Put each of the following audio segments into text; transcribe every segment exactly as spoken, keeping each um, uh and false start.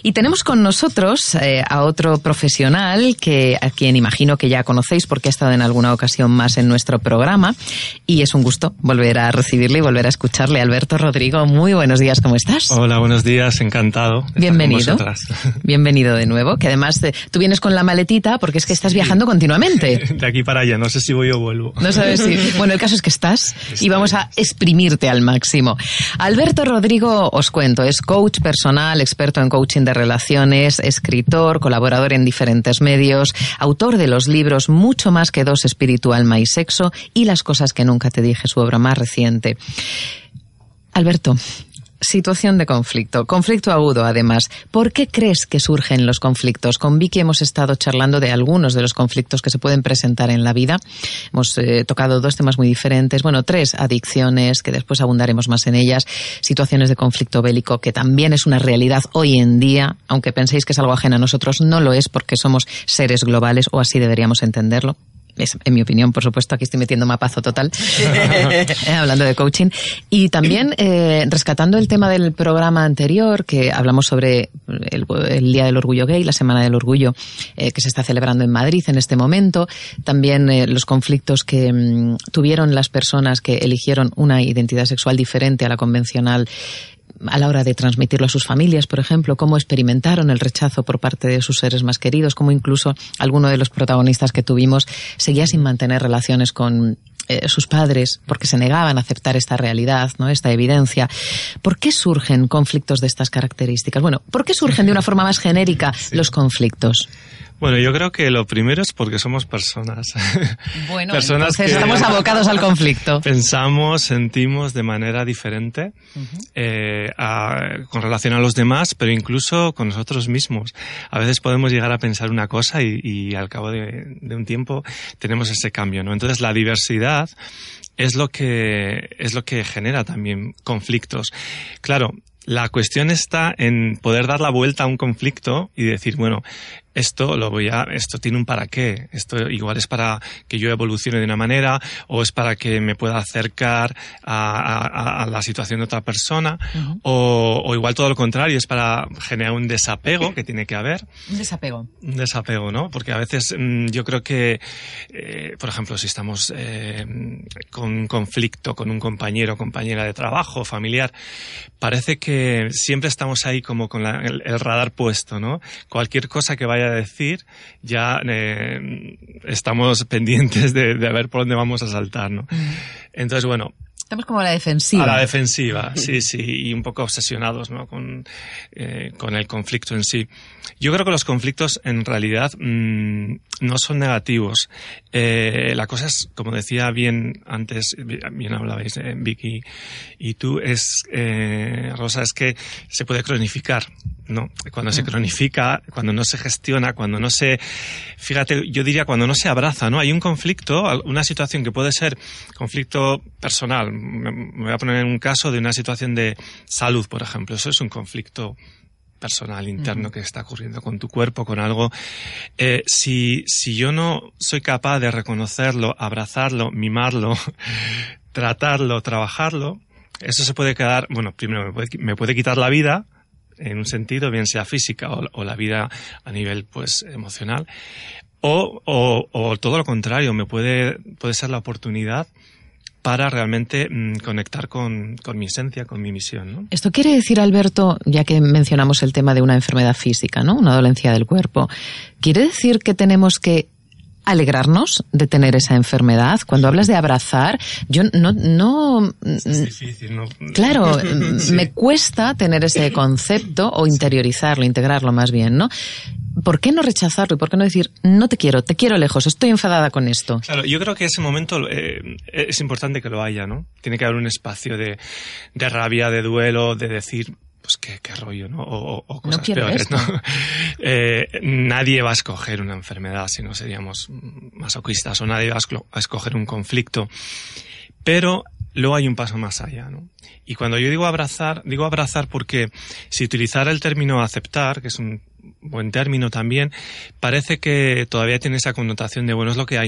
Y tenemos con nosotros eh, a otro profesional que a quien imagino que ya conocéis porque ha estado en alguna ocasión más en nuestro programa, y es un gusto volver a recibirle y volver a escucharle. Alberto Rodrigo, muy buenos días, ¿cómo estás? Hola, buenos días, encantado. Bienvenido. Bienvenido de nuevo, que además de, tú vienes con la maletita porque es que estás sí. viajando continuamente. De aquí para allá, no sé si voy o vuelvo. No sabes si... Bueno, el caso es que estás y vamos a exprimirte al máximo. Alberto Rodrigo, os cuento, es coach personal, experto en coaching de relaciones, escritor, colaborador en diferentes medios, autor de los libros Mucho más que dos, espíritu, alma y sexo, y Las cosas que nunca te dije, su obra más reciente. Alberto, situación de conflicto, conflicto agudo además. ¿Por qué crees que surgen los conflictos? Con Vicky hemos estado charlando de algunos de los conflictos que se pueden presentar en la vida. Hemos eh, tocado dos temas muy diferentes, bueno, tres: adicciones, que después abundaremos más en ellas, situaciones de conflicto bélico, que también es una realidad hoy en día, aunque penséis que es algo ajeno a nosotros, no lo es porque somos seres globales, o así deberíamos entenderlo. Es, en mi opinión, por supuesto, aquí estoy metiendo mapazo total, eh, hablando de coaching. Y también eh, rescatando el tema del programa anterior, que hablamos sobre el, el Día del Orgullo Gay, la Semana del Orgullo, eh, que se está celebrando en Madrid en este momento. También eh, los conflictos que mmm, tuvieron las personas que eligieron una identidad sexual diferente a la convencional a la hora de transmitirlo a sus familias, por ejemplo, cómo experimentaron el rechazo por parte de sus seres más queridos, cómo incluso alguno de los protagonistas que tuvimos seguía sin mantener relaciones con eh, sus padres porque se negaban a aceptar esta realidad, ¿no? Esta evidencia. ¿Por qué surgen conflictos de estas características? Bueno, ¿por qué surgen de una forma más genérica sí. los conflictos? Bueno, yo creo que lo primero es porque somos personas. Bueno, personas entonces que estamos abocados al conflicto. Pensamos, sentimos de manera diferente uh-huh. eh, a, con relación a los demás, pero incluso con nosotros mismos. A veces podemos llegar a pensar una cosa y, y al cabo de, de un tiempo tenemos ese cambio, ¿no? Entonces la diversidad es lo que, es lo que genera también conflictos. Claro, la cuestión está en poder dar la vuelta a un conflicto y decir, bueno, esto lo voy a, esto tiene un para qué, esto igual es para que yo evolucione de una manera, o es para que me pueda acercar a, a, a la situación de otra persona, uh-huh. o, o igual todo lo contrario, es para generar un desapego que tiene que haber. Un desapego. Un desapego, ¿no? Porque a veces mmm, yo creo que, eh, por ejemplo, si estamos eh, con un conflicto con un compañero o compañera de trabajo, familiar, parece que siempre estamos ahí como con la, el, el radar puesto, ¿no? Cualquier cosa que vaya a decir, ya eh, estamos pendientes de, de ver por dónde vamos a saltar, ¿no? Entonces, bueno, estamos como a la defensiva. A la defensiva, sí, sí, y un poco obsesionados, ¿no? Con, eh, con el conflicto en sí. Yo creo que los conflictos en realidad mmm, no son negativos. Eh, la cosa es, como decía bien antes, bien hablabais, eh, Vicky y tú, es, eh, Rosa, es que se puede cronificar, ¿no? Cuando se cronifica, cuando no se gestiona, cuando no se, fíjate, yo diría cuando no se abraza, ¿no? Hay un conflicto, una situación que puede ser conflicto personal. Me voy a poner en un caso de una situación de salud, por ejemplo. Eso es un conflicto personal, interno, uh-huh. que está ocurriendo con tu cuerpo, con algo. Eh, si, si yo no soy capaz de reconocerlo, abrazarlo, mimarlo, tratarlo, trabajarlo, eso se puede quedar, bueno, primero me puede, me puede quitar la vida, en un sentido, bien sea física o, o la vida a nivel, pues, emocional, o, o, o todo lo contrario, me puede, puede ser la oportunidad para realmente mmm, conectar con, con mi esencia, con mi misión, ¿no? Esto quiere decir, Alberto, ya que mencionamos el tema de una enfermedad física, ¿no? Una dolencia del cuerpo, ¿quiere decir que tenemos que alegrarnos de tener esa enfermedad? Cuando hablas de abrazar, yo no... no es difícil, ¿no? Claro, sí. me cuesta tener ese concepto o interiorizarlo, integrarlo más bien, ¿no? ¿Por qué no rechazarlo y por qué no decir, no te quiero, te quiero lejos, estoy enfadada con esto? Claro, yo creo que ese momento eh, es importante que lo haya, ¿no? Tiene que haber un espacio de, de rabia, de duelo, de decir, pues qué, qué rollo, ¿no? O, o cosas no peores, esto. ¿no? Eh, nadie va a escoger una enfermedad, si no seríamos masoquistas, o nadie va a escoger un conflicto. Pero luego hay un paso más allá, ¿no? Y cuando yo digo abrazar, digo abrazar porque si utilizara el término aceptar, que es un buen término también, parece que todavía tiene esa connotación de, bueno, es lo que hay.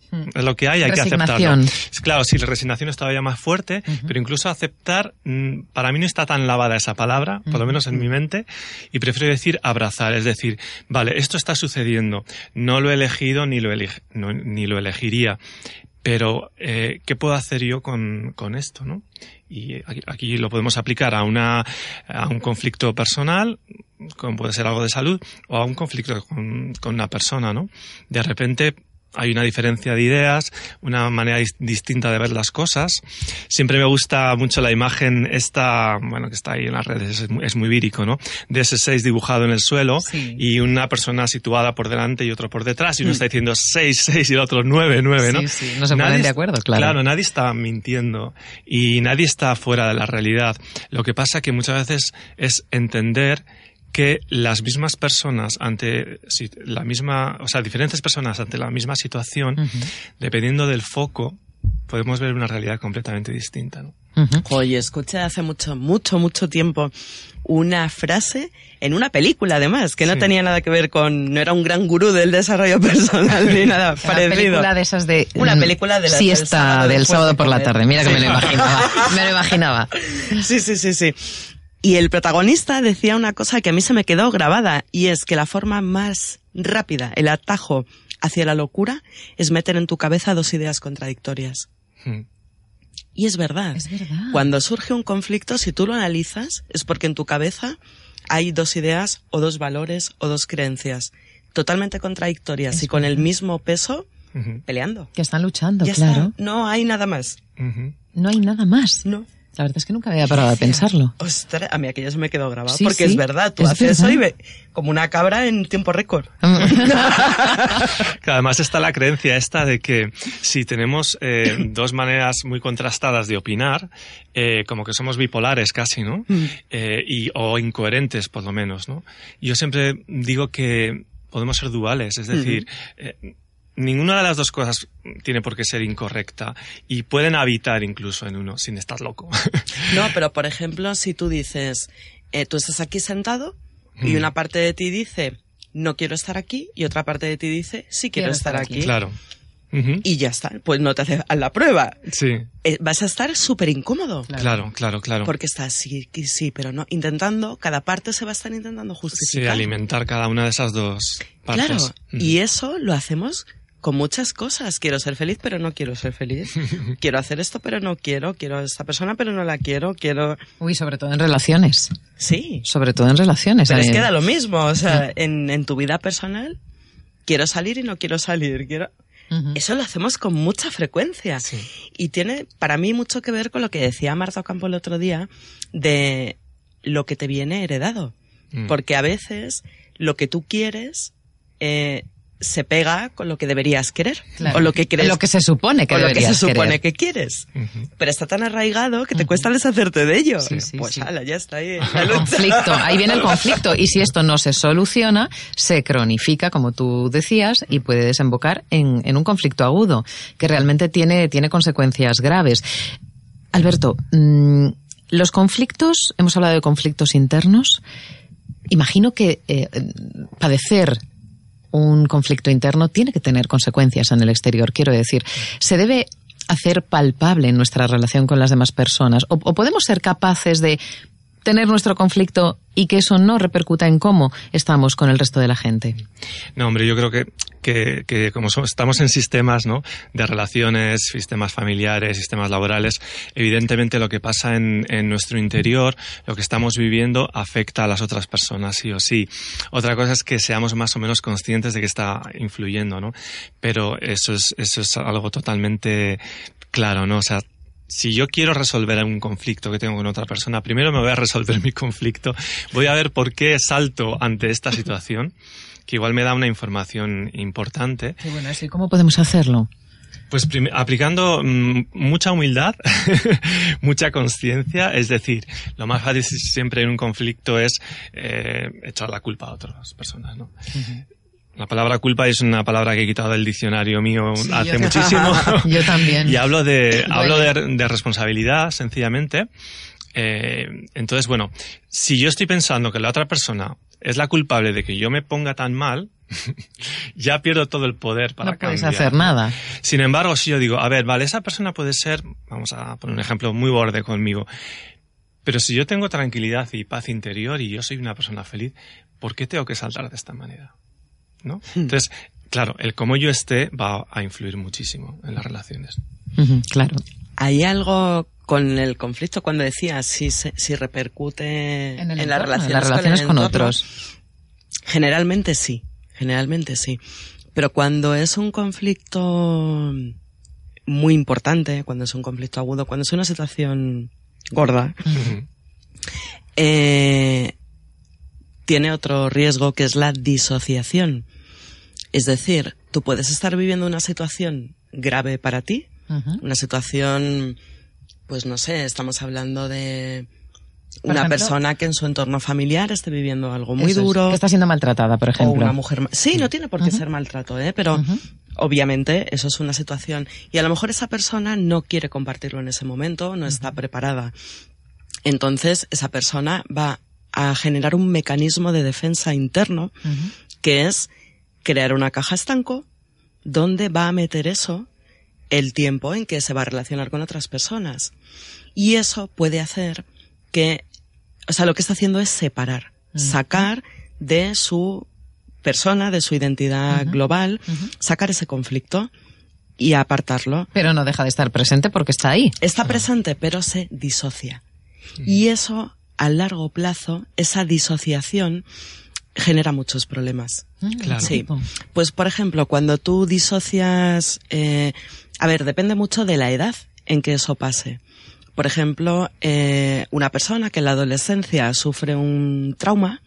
Es lo que hay, hay que Resignación. aceptarlo. Claro, sí, la resignación es todavía más fuerte, uh-huh. pero incluso aceptar, para mí no está tan lavada esa palabra, por lo menos en uh-huh. mi mente, y prefiero decir abrazar, es decir, vale, esto está sucediendo, no lo he elegido ni lo, eleg- no, ni lo elegiría, pero eh, ¿qué puedo hacer yo con, con esto, no? Y aquí, aquí lo podemos aplicar a una a un conflicto personal, como puede ser algo de salud, o a un conflicto con, con una persona, ¿no? De repente hay una diferencia de ideas, una manera dis- distinta de ver las cosas. Siempre me gusta mucho la imagen esta, bueno, que está ahí en las redes, es muy, es muy vírico, ¿no? De ese seis dibujado en el suelo sí. y una persona situada por delante y otro por detrás, y uno mm. está diciendo seis, seis y el otro nueve, nueve, ¿no? Sí, sí, no se ponen de acuerdo, claro. Claro, nadie está mintiendo y nadie está fuera de la realidad. Lo que pasa que muchas veces es entender que las mismas personas ante la misma, o sea, diferentes personas ante la misma situación, uh-huh. dependiendo del foco, podemos ver una realidad completamente distinta, ¿no? Uh-huh. Oye, escuché hace mucho, mucho, mucho tiempo una frase en una película, además, que no sí. tenía nada que ver con, no era un gran gurú del desarrollo personal ni nada una parecido. Una película de esas de... Una película de la siesta del, del sábado por la tarde. Mira que sí. me lo imaginaba. Me lo imaginaba. Sí, sí, sí, sí. Y el protagonista decía una cosa que a mí se me quedó grabada, y es que la forma más rápida, el atajo hacia la locura, es meter en tu cabeza dos ideas contradictorias. Hmm. Y es verdad. Es verdad. Cuando surge un conflicto, si tú lo analizas, es porque en tu cabeza hay dos ideas o dos valores o dos creencias totalmente contradictorias es y con verdad. El mismo peso uh-huh. peleando. Que están luchando, ya claro. Está. No hay nada más. Uh-huh. No hay nada más. No. La verdad es que nunca había parado de pensarlo. Ostras, a mí aquello se me quedó grabado. Sí, porque sí, es verdad, tú es haces verdad. eso y ve como una cabra en tiempo récord. Además está la creencia esta de que si tenemos eh, dos maneras muy contrastadas de opinar, eh, como que somos bipolares casi, ¿no? Mm. Eh, y, o incoherentes, por lo menos, ¿no? Yo siempre digo que podemos ser duales, es decir... Mm. Eh, Ninguna de las dos cosas tiene por qué ser incorrecta y pueden habitar incluso en uno sin estar loco. No, pero por ejemplo, si tú dices, eh, tú estás aquí sentado y mm. una parte de ti dice, no quiero estar aquí, y otra parte de ti dice, sí quiero, quiero estar aquí. aquí. Claro. Uh-huh. Y ya está, pues no te hace la prueba. Sí. Eh, vas a estar súper incómodo. Claro, claro, claro. Porque estás sí, sí, pero no, intentando, cada parte se va a estar intentando justificar. Sí, alimentar cada una de esas dos partes. Claro, uh-huh. y eso lo hacemos con muchas cosas. Quiero ser feliz, pero no quiero ser feliz. Quiero hacer esto, pero no quiero. Quiero a esta persona, pero no la quiero. Quiero... Uy, sobre todo en relaciones. Sí. Sobre todo en relaciones. Pero eh. es que da lo mismo. O sea, en, en tu vida personal, quiero salir y no quiero salir. Quiero... Uh-huh. Eso lo hacemos con mucha frecuencia. Sí. Y tiene, para mí, mucho que ver con lo que decía Marta Ocampo el otro día, de lo que te viene heredado. Mm. Porque a veces, lo que tú quieres... Eh, se pega con lo que deberías querer, claro. o lo que crees, lo que se supone que o deberías lo que se supone querer. que quieres, uh-huh. pero está tan arraigado que te uh-huh. cuesta deshacerte de ello. Sí, sí, pues sí. ala, ya está ahí. El conflicto, ahí viene el conflicto, y si esto no se soluciona, se cronifica, como tú decías, y puede desembocar en, en un conflicto agudo que realmente tiene, tiene consecuencias graves. Alberto, mmm, los conflictos, hemos hablado de conflictos internos. Imagino que eh, padecer un conflicto interno tiene que tener consecuencias en el exterior. Quiero decir, se debe hacer palpable en nuestra relación con las demás personas. O, o podemos ser capaces de tener nuestro conflicto y que eso no repercuta en cómo estamos con el resto de la gente. No, hombre, yo creo que, que, que como somos, estamos en sistemas, ¿no?, de relaciones, sistemas familiares, sistemas laborales, evidentemente lo que pasa en, en nuestro interior, lo que estamos viviendo, afecta a las otras personas, sí o sí. Otra cosa es que seamos más o menos conscientes de que está influyendo, ¿no? Pero eso es, eso es algo totalmente claro, ¿no? O sea, si yo quiero resolver un conflicto que tengo con otra persona, primero me voy a resolver mi conflicto, voy a ver por qué salto ante esta situación, que igual me da una información importante. Qué bueno, ¿y cómo podemos hacerlo? Pues prim- aplicando mmm, mucha humildad, mucha conciencia, es decir, lo más fácil siempre en un conflicto es eh, echar la culpa a otras personas, ¿no? Uh-huh. La palabra culpa es una palabra que he quitado del diccionario mío sí, hace yo muchísimo. Yo también. Y hablo de, hablo de, de responsabilidad, sencillamente. Eh, entonces, bueno, si yo estoy pensando que la otra persona es la culpable de que yo me ponga tan mal, ya pierdo todo el poder para cambiar. No puedes hacer nada. Sin embargo, si yo digo, a ver, vale, esa persona puede ser, vamos a poner un ejemplo muy borde conmigo, pero si yo tengo tranquilidad y paz interior y yo soy una persona feliz, ¿por qué tengo que saltar de esta manera? ¿No? Entonces, claro, el cómo yo esté va a influir muchísimo en las relaciones. Uh-huh, claro. Hay algo con el conflicto cuando decías si, se, si repercute en, en las relaciones, en las relaciones con, con otros. Generalmente sí, generalmente sí. Pero cuando es un conflicto muy importante, cuando es un conflicto agudo, cuando es una situación gorda, uh-huh. eh, tiene otro riesgo que es la disociación. Es decir, tú puedes estar viviendo una situación grave para ti, uh-huh. una situación, pues no sé, estamos hablando de una ejemplo, persona que en su entorno familiar esté viviendo algo muy duro. Es, que está siendo maltratada, por ejemplo. O una mujer... Sí, no tiene por qué uh-huh. ser maltrato, ¿eh? Pero uh-huh. obviamente eso es una situación. Y a lo mejor esa persona no quiere compartirlo en ese momento, no uh-huh. está preparada. Entonces esa persona va a generar un mecanismo de defensa interno uh-huh. que es crear una caja estanco donde va a meter eso el tiempo en que se va a relacionar con otras personas. Y eso puede hacer que, o sea, lo que está haciendo es separar, uh-huh. sacar de su persona, de su identidad uh-huh. global, uh-huh. sacar ese conflicto y apartarlo. Pero no deja de estar presente porque está ahí. Está uh-huh. presente, pero se disocia. Uh-huh. Y eso, a largo plazo, esa disociación genera muchos problemas. Claro. Sí. Pues, por ejemplo, cuando tú disocias... Eh, a ver, depende mucho de la edad en que eso pase. Por ejemplo, eh, una persona que en la adolescencia sufre un trauma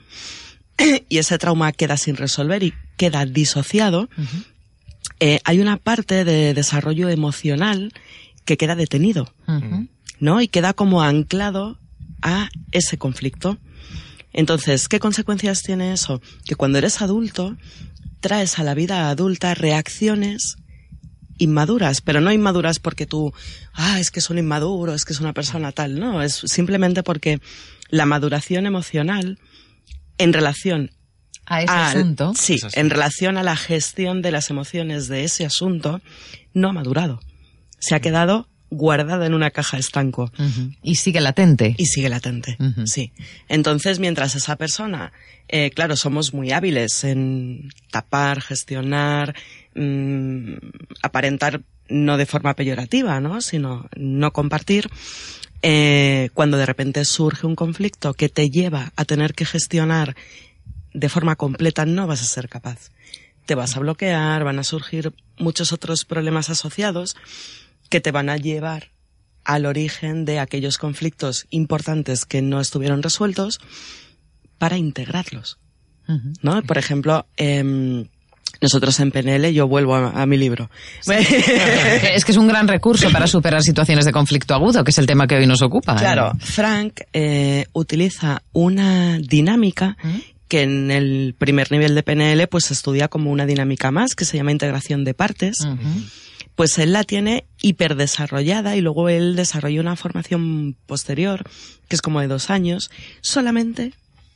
y ese trauma queda sin resolver y queda disociado, uh-huh. eh, hay una parte de desarrollo emocional que queda detenido, uh-huh. ¿no? Y queda como anclado a ese conflicto. Entonces, ¿qué consecuencias tiene eso? Que cuando eres adulto, traes a la vida adulta reacciones inmaduras, pero no inmaduras porque tú, ah, es que es un inmaduro, es que es una persona tal, no, es simplemente porque la maduración emocional en relación a ese a, asunto, sí, es en relación a la gestión de las emociones de ese asunto, no ha madurado. Se ha quedado guardada en una caja estanco. Uh-huh. Y sigue latente. Y sigue latente, uh-huh. sí. Entonces, mientras esa persona, eh, claro, somos muy hábiles en tapar, gestionar, mmm, aparentar, no de forma peyorativa, ¿no? Sino no compartir. Eh, cuando de repente surge un conflicto que te lleva a tener que gestionar de forma completa, no vas a ser capaz. Te vas a bloquear, van a surgir muchos otros problemas asociados que te van a llevar al origen de aquellos conflictos importantes que no estuvieron resueltos para integrarlos, uh-huh. ¿no? Por ejemplo, eh, nosotros en P N L, yo vuelvo a, a mi libro. Sí. Es que es un gran recurso para superar situaciones de conflicto agudo, que es el tema que hoy nos ocupa. Claro, ¿eh? Frank eh, utiliza una dinámica uh-huh. que en el primer nivel de P N L pues se estudia como una dinámica más, que se llama integración de partes. Uh-huh. Pues él la tiene hiperdesarrollada y luego él desarrolló una formación posterior, que es como de dos años, solamente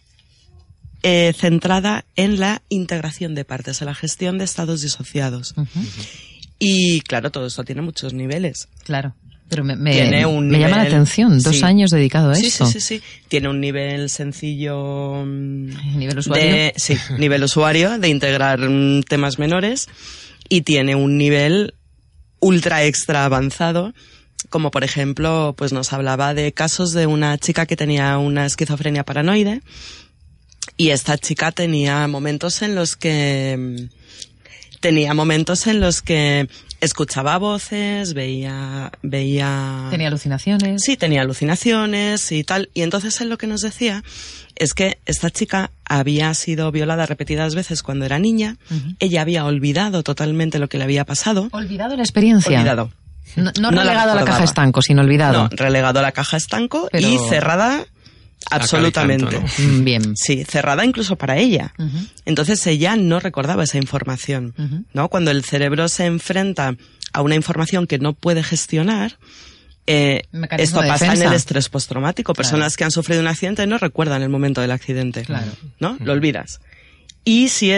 eh, centrada en la integración de partes, en la gestión de estados disociados. Uh-huh. Y claro, todo esto tiene muchos niveles. Claro. Pero me, me, tiene un me nivel, llama la atención, dos sí. años dedicado a sí, esto. Sí, sí, sí. Tiene un nivel sencillo... ¿Nivel usuario? De, sí, nivel usuario, de integrar um, temas menores. Y tiene un nivel ultra extra avanzado, como por ejemplo, pues nos hablaba de casos de una chica que tenía una esquizofrenia paranoide y esta chica tenía momentos en los que tenía momentos en los que escuchaba voces, veía veía tenía alucinaciones. Sí, tenía alucinaciones y tal, y entonces él lo que nos decía es que esta chica había sido violada repetidas veces cuando era niña, uh-huh. ella había olvidado totalmente lo que le había pasado. ¿Olvidado la experiencia? Olvidado. No, no, no relegado a la caja estanco, sino olvidado. No, relegado a la caja estanco Pero... y cerrada absolutamente. Canto, ¿no? Bien. Sí, cerrada incluso para ella. Uh-huh. Entonces ella no recordaba esa información, uh-huh. ¿no? Cuando el cerebro se enfrenta a una información que no puede gestionar, Eh, esto de pasa defensa. en el estrés postraumático. Personas claro. que han sufrido un accidente no recuerdan el momento del accidente, claro. ¿no? Lo olvidas. Y si es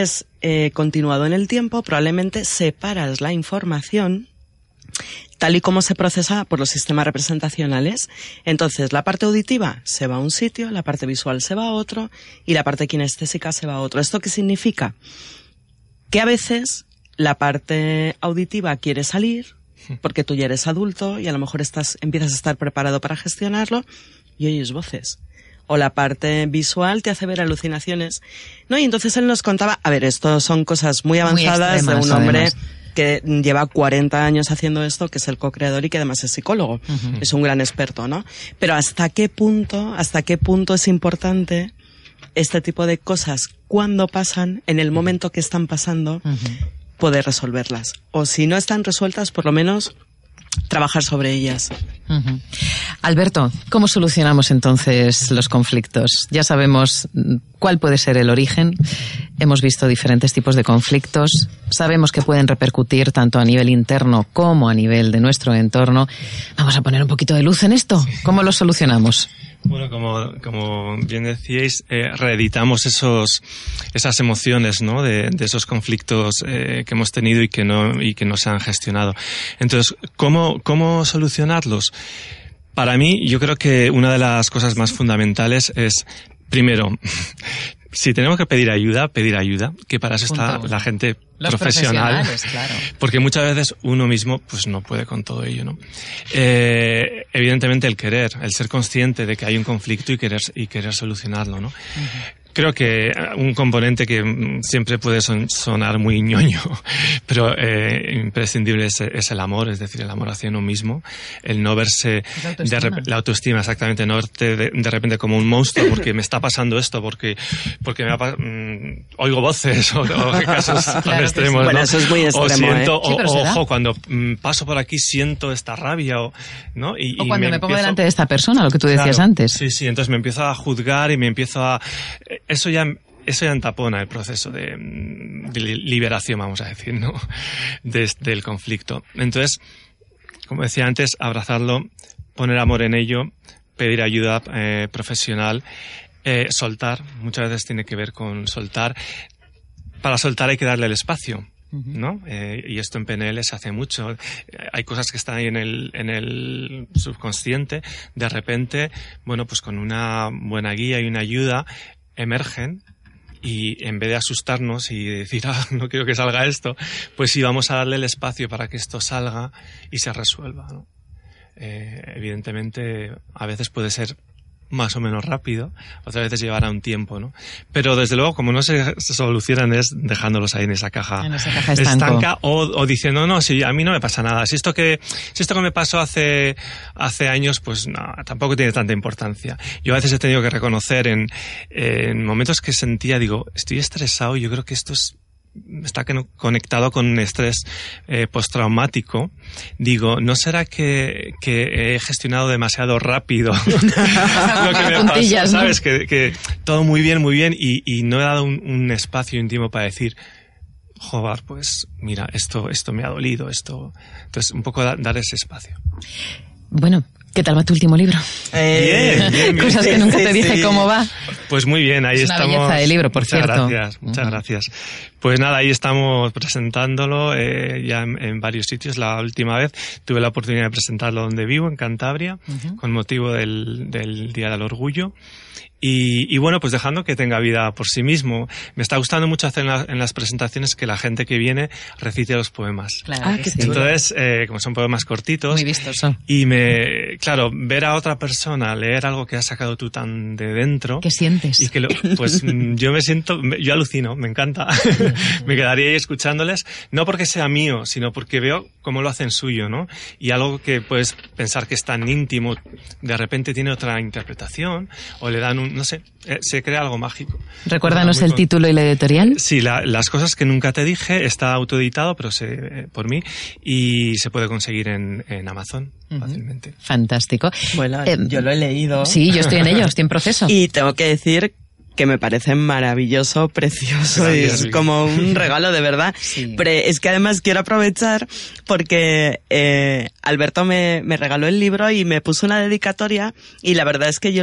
eh, continuado en el tiempo, probablemente separas la información tal y como se procesa por los sistemas representacionales. Entonces, la parte auditiva se va a un sitio, la parte visual se va a otro y la parte kinestésica se va a otro. ¿Esto qué significa? Que a veces la parte auditiva quiere salir porque tú ya eres adulto y a lo mejor estás, empiezas a estar preparado para gestionarlo y oyes voces. O la parte visual te hace ver alucinaciones. ¿No? Y entonces él nos contaba, a ver, esto son cosas muy avanzadas muy de un hombre además. que lleva cuarenta años haciendo esto, que es el co-creador y que además es psicólogo. Uh-huh. Es un gran experto, ¿no? Pero ¿hasta qué punto, hasta qué punto es importante este tipo de cosas cuando pasan, en el momento que están pasando, uh-huh. poder resolverlas? O si no están resueltas, por lo menos trabajar sobre ellas. Uh-huh. Alberto, ¿cómo solucionamos entonces los conflictos? Ya sabemos cuál puede ser el origen, hemos visto diferentes tipos de conflictos, sabemos que pueden repercutir tanto a nivel interno como a nivel de nuestro entorno. Vamos a poner un poquito de luz en esto. ¿Cómo lo solucionamos? Bueno, como, como bien decíais, eh, reeditamos esos, esas emociones, ¿no? De, de esos conflictos eh, que hemos tenido y que no, y que no se han gestionado. Entonces, ¿cómo, cómo solucionarlos? Para mí, yo creo que una de las cosas más fundamentales es, primero, si tenemos que pedir ayuda, pedir ayuda, que para eso está la gente Los profesional, claro. Porque muchas veces uno mismo pues no puede con todo ello, ¿no? Eh, evidentemente el querer, el ser consciente de que hay un conflicto y querer y querer solucionarlo, ¿no? Uh-huh. Creo que un componente que siempre puede son, sonar muy ñoño, pero eh, imprescindible es, es el amor, es decir, el amor hacia uno mismo, el no verse, la autoestima, de rep- la autoestima exactamente, no verte de, de repente como un monstruo porque me está pasando esto, porque porque me ha, mmm, oigo voces o, o casos claro tan extremos, sí. Bueno, ¿no? eso es muy extremo, o siento, ¿eh? Sí, pero o, se da. ojo, cuando mm, paso por aquí siento esta rabia, o, ¿no? Y, O y cuando me, me pongo empiezo, delante de esta persona, lo que tú decías claro, antes. Sí, sí, entonces me empiezo a juzgar y me empiezo a... Eso ya... Eso ya entapona el proceso de, de liberación, vamos a decir, ¿no? De, del conflicto. Entonces, como decía antes, abrazarlo, poner amor en ello, pedir ayuda eh, profesional, eh, soltar. Muchas veces tiene que ver con soltar. Para soltar hay que darle el espacio, ¿no? Eh, y esto en P N L se hace mucho. Hay cosas que están ahí en el, en el subconsciente. De repente, bueno, pues con una buena guía y una ayuda emergen. Y en vez de asustarnos y decir, ah, no quiero que salga esto, pues sí, vamos a darle el espacio para que esto salga y se resuelva, ¿no? Eh, evidentemente, a veces puede ser más o menos rápido, otras veces llevará un tiempo, ¿no? Pero desde luego, como no se, se solucionan, es dejándolos ahí en esa caja, en esa caja estanco. estanca o, o diciendo, no, no, si a mí no me pasa nada. Si esto que, si esto que me pasó hace, hace años, pues no, tampoco tiene tanta importancia. Yo a veces he tenido que reconocer en, en momentos que sentía, digo, estoy estresado, yo creo que esto es, está conectado con un estrés eh, postraumático. Digo, ¿no será que, que he gestionado demasiado rápido lo que me Puntillas, pasó? ¿no? ¿Sabes? Que, que todo muy bien, muy bien y, y no he dado un, un espacio íntimo para decir, joder, pues mira, esto, esto me ha dolido, esto... Entonces, un poco da, dar ese espacio. Bueno, ¿qué tal va tu último libro? Eh, Bien, bien, bien. Cosas que nunca te Sí, dije sí. cómo va. Pues muy bien, ahí Es una estamos. belleza de libro, por muchas cierto. Gracias, muchas Uh-huh. gracias. Pues nada, ahí estamos presentándolo eh, ya en, en varios sitios. La última vez tuve la oportunidad de presentarlo donde vivo, en Cantabria, uh-huh. con motivo del, del Día del Orgullo. Y, y bueno, pues dejando que tenga vida por sí mismo. Me está gustando mucho hacer en, la, en las presentaciones que la gente que viene recite los poemas. Claro, Ah, que qué sí. chulo. Entonces, eh, como son poemas cortitos. Muy vistoso. Y me, claro, ver a otra persona leer algo que has sacado tú tan de dentro. ¿Qué sientes? Y que lo, pues yo me siento, yo alucino, me encanta. Me quedaría ahí escuchándoles, no porque sea mío, sino porque veo cómo lo hacen suyo, ¿no? Y algo que puedes pensar que es tan íntimo, de repente tiene otra interpretación, o le dan un, no sé, eh, se crea algo mágico. Recuérdanos Muy el con... título y la editorial. Sí, la, las cosas que nunca te dije, está autoeditado, pero se, eh, por mí, y se puede conseguir en, en Amazon uh-huh. fácilmente. Fantástico. Bueno, eh, yo lo he leído. Sí, yo estoy en ello, estoy en proceso. Y tengo que decir que me parece maravilloso, precioso, Gracias, y es Vicky. como un regalo de verdad. Sí. Pero es que además quiero aprovechar porque eh, Alberto me, me regaló el libro y me puso una dedicatoria y la verdad es que yo lo vi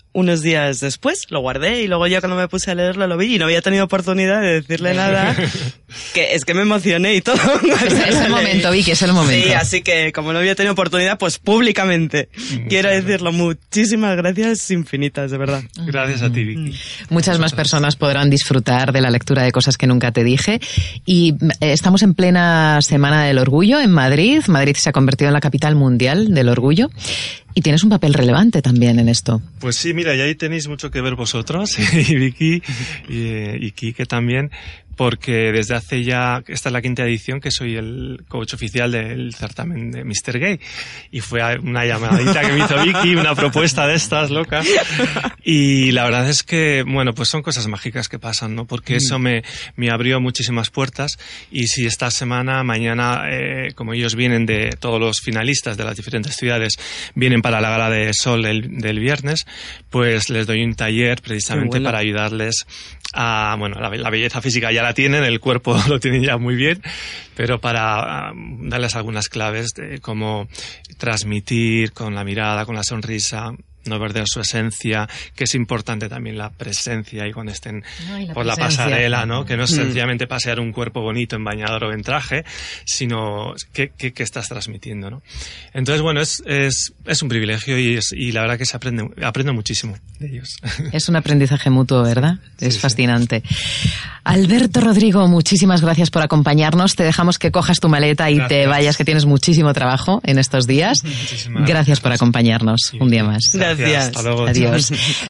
unos días después lo guardé y luego ya cuando me puse a leerlo lo vi y no había tenido oportunidad de decirle nada, que es que me emocioné y todo. Es, es el momento, Vicky, es el momento. Sí, así que como no había tenido oportunidad, pues públicamente Muchas quiero gracias. decirlo. Muchísimas gracias infinitas, de verdad. Gracias a ti, Vicky. Muchas más personas podrán disfrutar de la lectura de Cosas que nunca te dije. Y estamos en plena Semana del Orgullo en Madrid. Madrid se ha convertido en la capital mundial del orgullo. Y tienes un papel relevante también en esto. Pues sí, mira, y ahí tenéis mucho que ver vosotros, y Vicky, y, y Quique también, porque desde hace ya, esta es la quinta edición, que soy el coach oficial del certamen de míster Gay. Y fue una llamadita que me hizo Vicky, una propuesta de estas locas. Y la verdad es que, bueno, pues son cosas mágicas que pasan, ¿no? Porque eso me, me abrió muchísimas puertas. Y si esta semana, mañana, eh, como ellos vienen de todos los finalistas de las diferentes ciudades, vienen para la gala de Sol del, del viernes, pues les doy un taller precisamente bueno. para ayudarles a, bueno, la, la belleza física ya la tienen, el cuerpo lo tienen ya muy bien, pero para um, darles algunas claves de cómo transmitir con la mirada, con la sonrisa, no perder su esencia, que es importante también la presencia y cuando estén Ay, la por presencia. la pasarela, ¿no? Que no es sencillamente pasear un cuerpo bonito en bañador o en traje, sino qué, qué, qué estás transmitiendo, ¿no? Entonces, bueno, es, es, es un privilegio y, es, y la verdad que se aprende, aprendo muchísimo de ellos. Es un aprendizaje mutuo, ¿verdad? Sí, es fascinante. Sí. Alberto Rodrigo, muchísimas gracias por acompañarnos. Te dejamos que cojas tu maleta y gracias. te vayas, que tienes muchísimo trabajo en estos días. Muchísimas gracias, gracias por acompañarnos sí. un día más. Gracias. Hasta luego. Adiós.